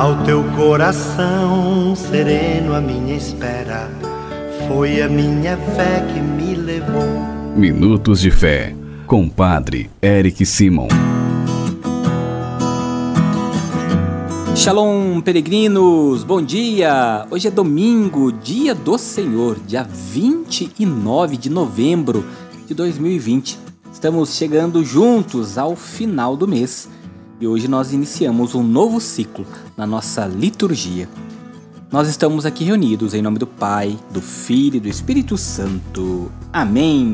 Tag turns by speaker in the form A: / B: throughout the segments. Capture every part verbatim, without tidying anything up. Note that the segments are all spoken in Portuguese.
A: Ao teu coração sereno a minha espera, foi a minha fé que me levou.
B: Minutos de Fé, com Padre Eric Simon.
C: Shalom, peregrinos, bom dia! Hoje é domingo, dia do Senhor, dia vinte e nove de novembro de dois mil e vinte. Estamos chegando juntos ao final do mês e hoje nós iniciamos um novo ciclo na nossa liturgia. Nós estamos aqui reunidos em nome do Pai, do Filho e do Espírito Santo. Amém!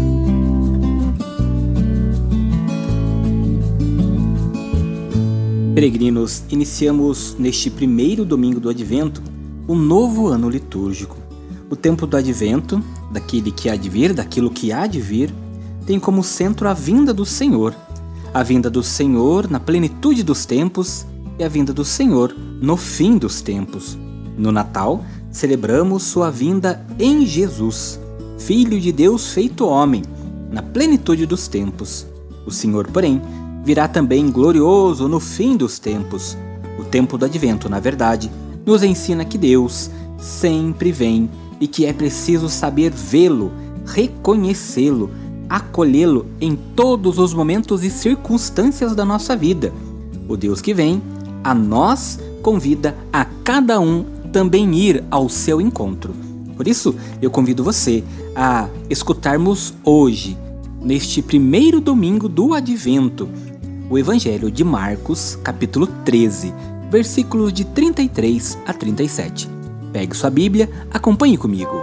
C: Peregrinos, iniciamos neste primeiro domingo do Advento um novo ano litúrgico. O tempo do Advento, daquele que há de vir, daquilo que há de vir, tem como centro a vinda do Senhor. A vinda do Senhor na plenitude dos tempos e a vinda do Senhor no fim dos tempos. No Natal, celebramos sua vinda em Jesus, Filho de Deus feito homem, na plenitude dos tempos. O Senhor, porém, virá também glorioso no fim dos tempos. O tempo do Advento, na verdade, nos ensina que Deus sempre vem e que é preciso saber vê-lo, reconhecê-lo, acolhê-lo em todos os momentos e circunstâncias da nossa vida. O Deus que vem, a nós, convida a cada um também ir ao seu encontro. Por isso, eu convido você a escutarmos hoje, neste primeiro domingo do Advento, o Evangelho de Marcos, capítulo treze, versículos de trinta e três a trinta e sete. Pegue sua Bíblia, acompanhe comigo.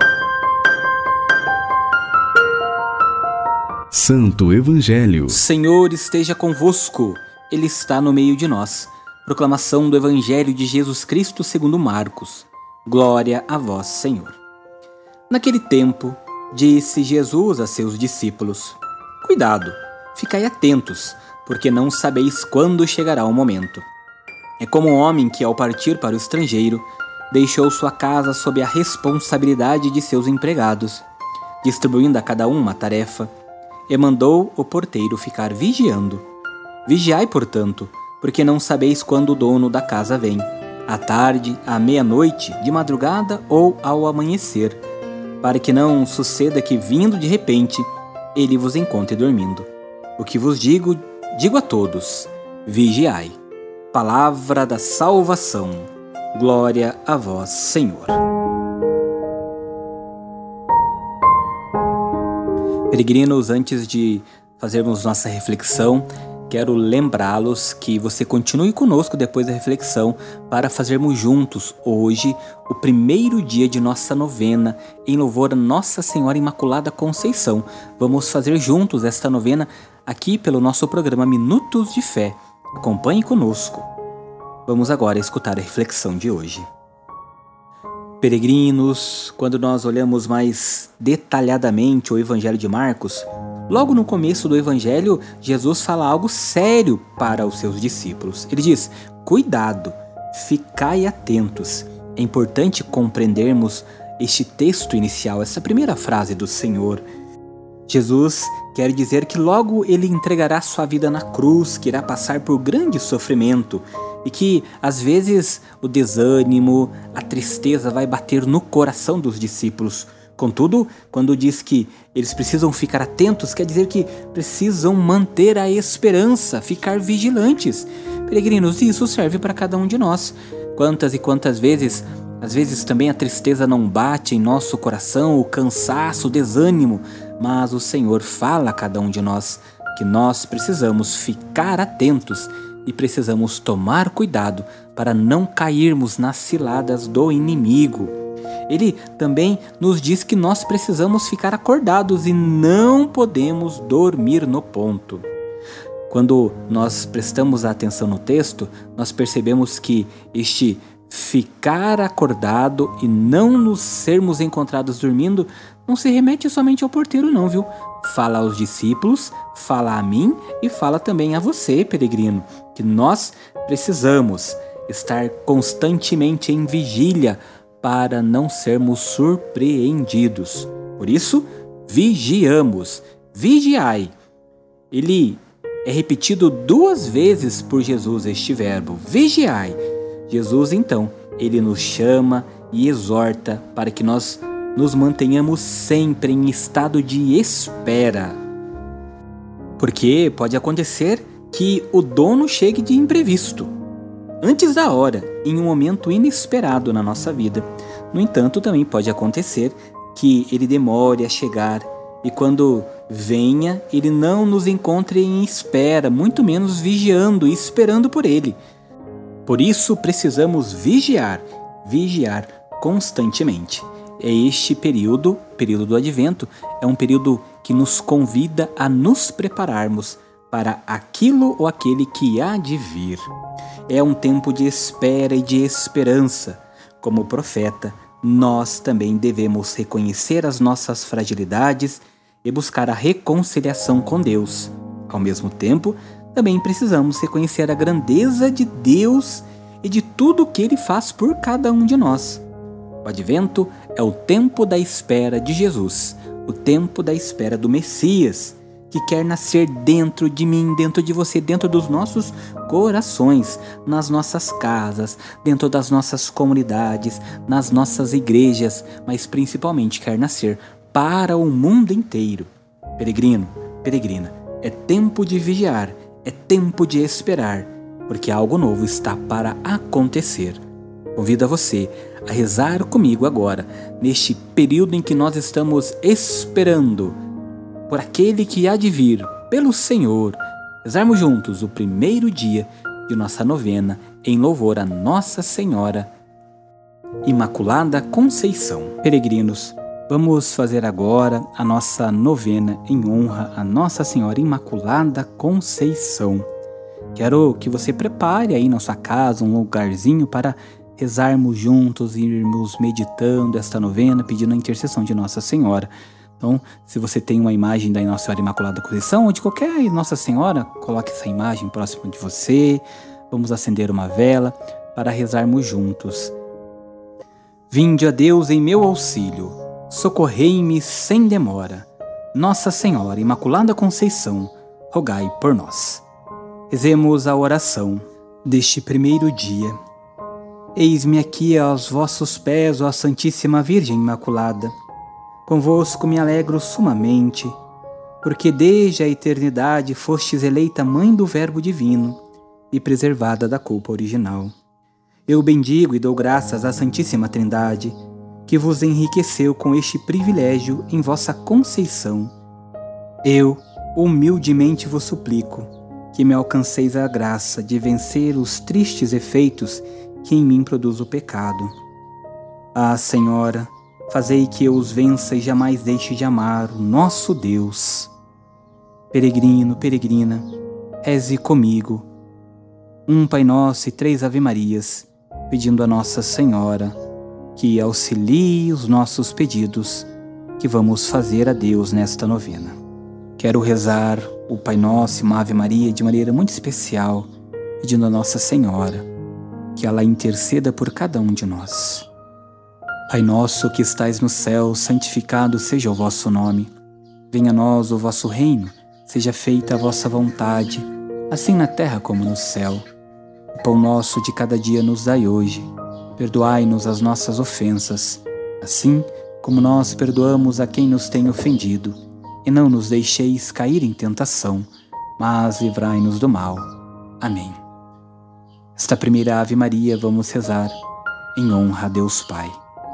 B: Santo Evangelho.
C: Senhor esteja convosco, Ele está no meio de nós. Proclamação do Evangelho de Jesus Cristo segundo Marcos. Glória a vós, Senhor. Naquele tempo, disse Jesus a seus discípulos: Cuidado, ficai atentos, porque não sabeis quando chegará o momento. É como um homem que, ao partir para o estrangeiro, deixou sua casa sob a responsabilidade de seus empregados, distribuindo a cada um uma tarefa, e mandou o porteiro ficar vigiando. Vigiai, portanto, porque não sabeis quando o dono da casa vem, à tarde, à meia-noite, de madrugada ou ao amanhecer, para que não suceda que, vindo de repente, ele vos encontre dormindo. O que vos digo, digo a todos: vigiai. Palavra da salvação. Glória a vós, Senhor. Peregrinos, antes de fazermos nossa reflexão, quero lembrá-los que você continue conosco depois da reflexão para fazermos juntos hoje o primeiro dia de nossa novena em louvor a Nossa Senhora Imaculada Conceição. Vamos fazer juntos esta novena aqui pelo nosso programa Minutos de Fé. Acompanhe conosco. Vamos agora escutar a reflexão de hoje. Peregrinos, quando nós olhamos mais detalhadamente o Evangelho de Marcos, logo no começo do Evangelho, Jesus fala algo sério para os seus discípulos. Ele diz: cuidado, ficai atentos. É importante compreendermos este texto inicial, essa primeira frase do Senhor. Jesus quer dizer que logo ele entregará sua vida na cruz, que irá passar por grande sofrimento e que, às vezes, o desânimo, a tristeza vai bater no coração dos discípulos. Contudo, quando diz que eles precisam ficar atentos, quer dizer que precisam manter a esperança, ficar vigilantes. Peregrinos, isso serve para cada um de nós. Quantas e quantas vezes, às vezes também a tristeza não bate em nosso coração, o cansaço, o desânimo, mas o Senhor fala a cada um de nós que nós precisamos ficar atentos e precisamos tomar cuidado para não cairmos nas ciladas do inimigo. Ele também nos diz que nós precisamos ficar acordados e não podemos dormir no ponto. Quando nós prestamos atenção no texto, nós percebemos que este ficar acordado e não nos sermos encontrados dormindo não se remete somente ao porteiro não, viu? Fala aos discípulos, fala a mim e fala também a você, peregrino, que nós precisamos estar constantemente em vigília para não sermos surpreendidos. Por isso, vigiamos, vigiai. Ele é repetido duas vezes por Jesus este verbo, vigiai. Jesus, então, ele nos chama e exorta para que nós nos mantenhamos sempre em estado de espera. Porque pode acontecer que o dono chegue de imprevisto, antes da hora, em um momento inesperado na nossa vida. No entanto, também pode acontecer que ele demore a chegar e quando venha, ele não nos encontre em espera, muito menos vigiando e esperando por ele. Por isso, precisamos vigiar, vigiar constantemente. É este período, período do Advento, é um período que nos convida a nos prepararmos para aquilo ou aquele que há de vir. É um tempo de espera e de esperança. Como profeta, nós também devemos reconhecer as nossas fragilidades e buscar a reconciliação com Deus. Ao mesmo tempo, também precisamos reconhecer a grandeza de Deus e de tudo o que Ele faz por cada um de nós. O Advento é o tempo da espera de Jesus, o tempo da espera do Messias, que quer nascer dentro de mim, dentro de você, dentro dos nossos corações, nas nossas casas, dentro das nossas comunidades, nas nossas igrejas, mas principalmente quer nascer para o mundo inteiro. Peregrino, peregrina, é tempo de vigiar, é tempo de esperar, porque algo novo está para acontecer. Convido a você a rezar comigo agora, neste período em que nós estamos esperando por aquele que há de vir, pelo Senhor. Rezarmos juntos o primeiro dia de nossa novena em louvor a Nossa Senhora Imaculada Conceição. Peregrinos, vamos fazer agora a nossa novena em honra a Nossa Senhora Imaculada Conceição. Quero que você prepare aí na sua casa um lugarzinho para rezarmos juntos e irmos meditando esta novena, pedindo a intercessão de Nossa Senhora. Então, se você tem uma imagem da Nossa Senhora Imaculada Conceição ou de qualquer Nossa Senhora, coloque essa imagem próximo de você. Vamos acender uma vela para rezarmos juntos. Vinde a Deus em meu auxílio, socorrei-me sem demora. Nossa Senhora Imaculada Conceição, rogai por nós. Rezemos a oração deste primeiro dia. Eis-me aqui aos vossos pés, ó Santíssima Virgem Imaculada. Convosco me alegro sumamente, porque desde a eternidade fostes eleita Mãe do Verbo Divino e preservada da culpa original. Eu bendigo e dou graças à Santíssima Trindade, que vos enriqueceu com este privilégio em vossa conceição. Eu, humildemente vos suplico, que me alcanceis a graça de vencer os tristes efeitos que em mim produz o pecado. Ah, Senhora, fazei que eu os vença e jamais deixe de amar o nosso Deus. Peregrino, peregrina, reze comigo um Pai Nosso e três Ave-Marias, pedindo a Nossa Senhora que auxilie os nossos pedidos que vamos fazer a Deus nesta novena. Quero rezar o Pai Nosso e uma Ave-Maria de maneira muito especial, pedindo a Nossa Senhora que ela interceda por cada um de nós. Pai nosso que estais no céu, santificado seja o vosso nome. Venha a nós o vosso reino, seja feita a vossa vontade, assim na terra como no céu. O pão nosso de cada dia nos dai hoje. Perdoai-nos as nossas ofensas, assim como nós perdoamos a quem nos tem ofendido. E não nos deixeis cair em tentação, mas livrai-nos do mal. Amém. Esta primeira Ave Maria vamos rezar em honra a Deus Pai.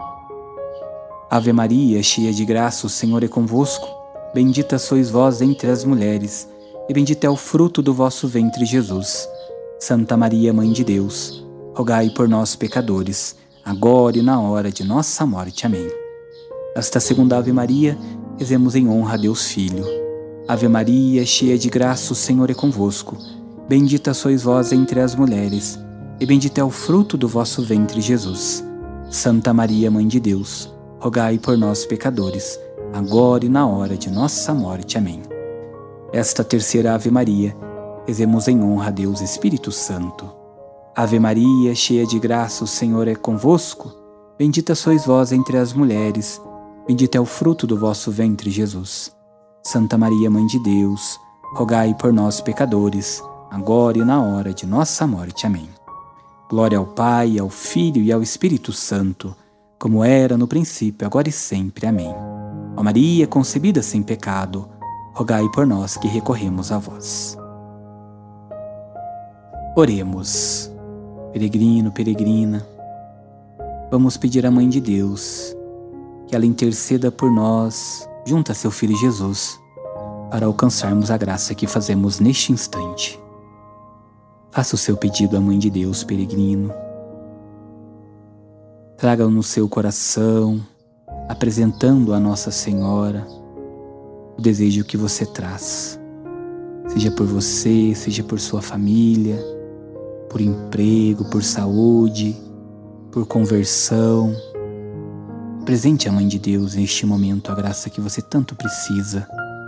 C: Ave Maria, cheia de graça, o Senhor é convosco. Bendita sois vós entre as mulheres, e bendito é o fruto do vosso ventre, Jesus. Santa Maria, Mãe de Deus, rogai por nós, pecadores, agora e na hora de nossa morte. Amém. Esta segunda Ave Maria, rezemos em honra a Deus Filho. Ave Maria, cheia de graça, o Senhor é convosco. Bendita sois vós entre as mulheres, e bendito é o fruto do vosso ventre, Jesus. Santa Maria, Mãe de Deus, rogai por nós, pecadores, agora e na hora de nossa morte. Amém. Esta terceira Ave Maria, rezemos em honra a Deus Espírito Santo. Ave Maria, cheia de graça, o Senhor é convosco. Bendita sois vós entre as mulheres, bendito é o fruto do vosso ventre, Jesus. Santa Maria, Mãe de Deus, rogai por nós, pecadores, agora e na hora de nossa morte. Amém. Glória ao Pai, ao Filho e ao Espírito Santo, como era no princípio, agora e sempre. Amém. Ó Maria, concebida sem pecado, rogai por nós que recorremos a vós. Oremos. Peregrino, peregrina, vamos pedir à Mãe de Deus que ela interceda por nós junto a seu Filho Jesus, para alcançarmos a graça que fazemos neste instante. Faça o seu pedido à Mãe de Deus, peregrino. Traga-o no seu coração, apresentando a Nossa Senhora o desejo que você traz. Seja por você, seja por sua família, por emprego, por saúde, por conversão. Presente à Mãe de Deus neste momento a graça que você tanto precisa.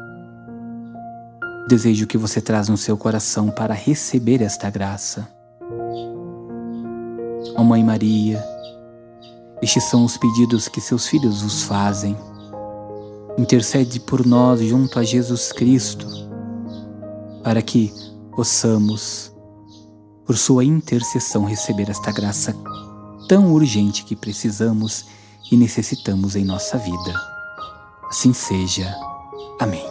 C: O desejo que você traz no seu coração para receber esta graça. Ó Mãe Maria, estes são os pedidos que seus filhos vos fazem. Intercede por nós junto a Jesus Cristo, para que possamos, por sua intercessão, receber esta graça tão urgente que precisamos e necessitamos em nossa vida. Assim seja. Amém.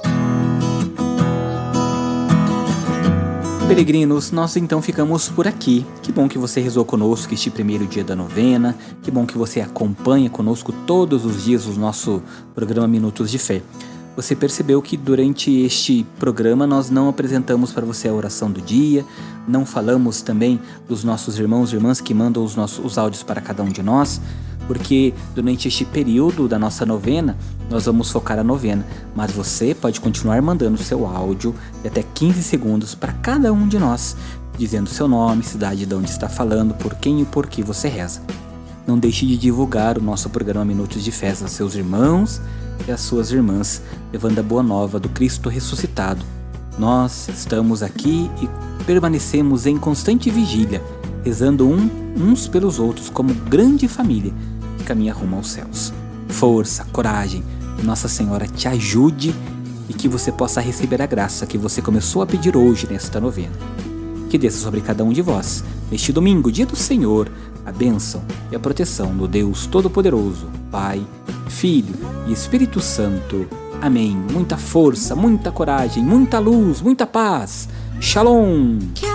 C: Peregrinos, nós então ficamos por aqui. Que bom que você rezou conosco este primeiro dia da novena. Que bom que você acompanha conosco todos os dias o nosso programa Minutos de Fé. Você percebeu que durante este programa nós não apresentamos para você a oração do dia, não falamos também dos nossos irmãos e irmãs que mandam os, nossos, os áudios para cada um de nós, porque durante este período da nossa novena, nós vamos focar a novena, mas você pode continuar mandando seu áudio de até quinze segundos para cada um de nós, dizendo seu nome, cidade de onde está falando, por quem e por que você reza. Não deixe de divulgar o nosso programa Minutos de Fé aos seus irmãos e às suas irmãs, levando a boa nova do Cristo ressuscitado. Nós estamos aqui e permanecemos em constante vigília, rezando um, uns pelos outros como grande família que caminha rumo aos céus. Força, coragem, que Nossa Senhora te ajude e que você possa receber a graça que você começou a pedir hoje nesta novena. Que desça sobre cada um de vós, neste domingo, dia do Senhor, a bênção e a proteção do Deus Todo-Poderoso, Pai, Filho e Espírito Santo. Amém. Muita força, muita coragem, muita luz, muita paz. Shalom!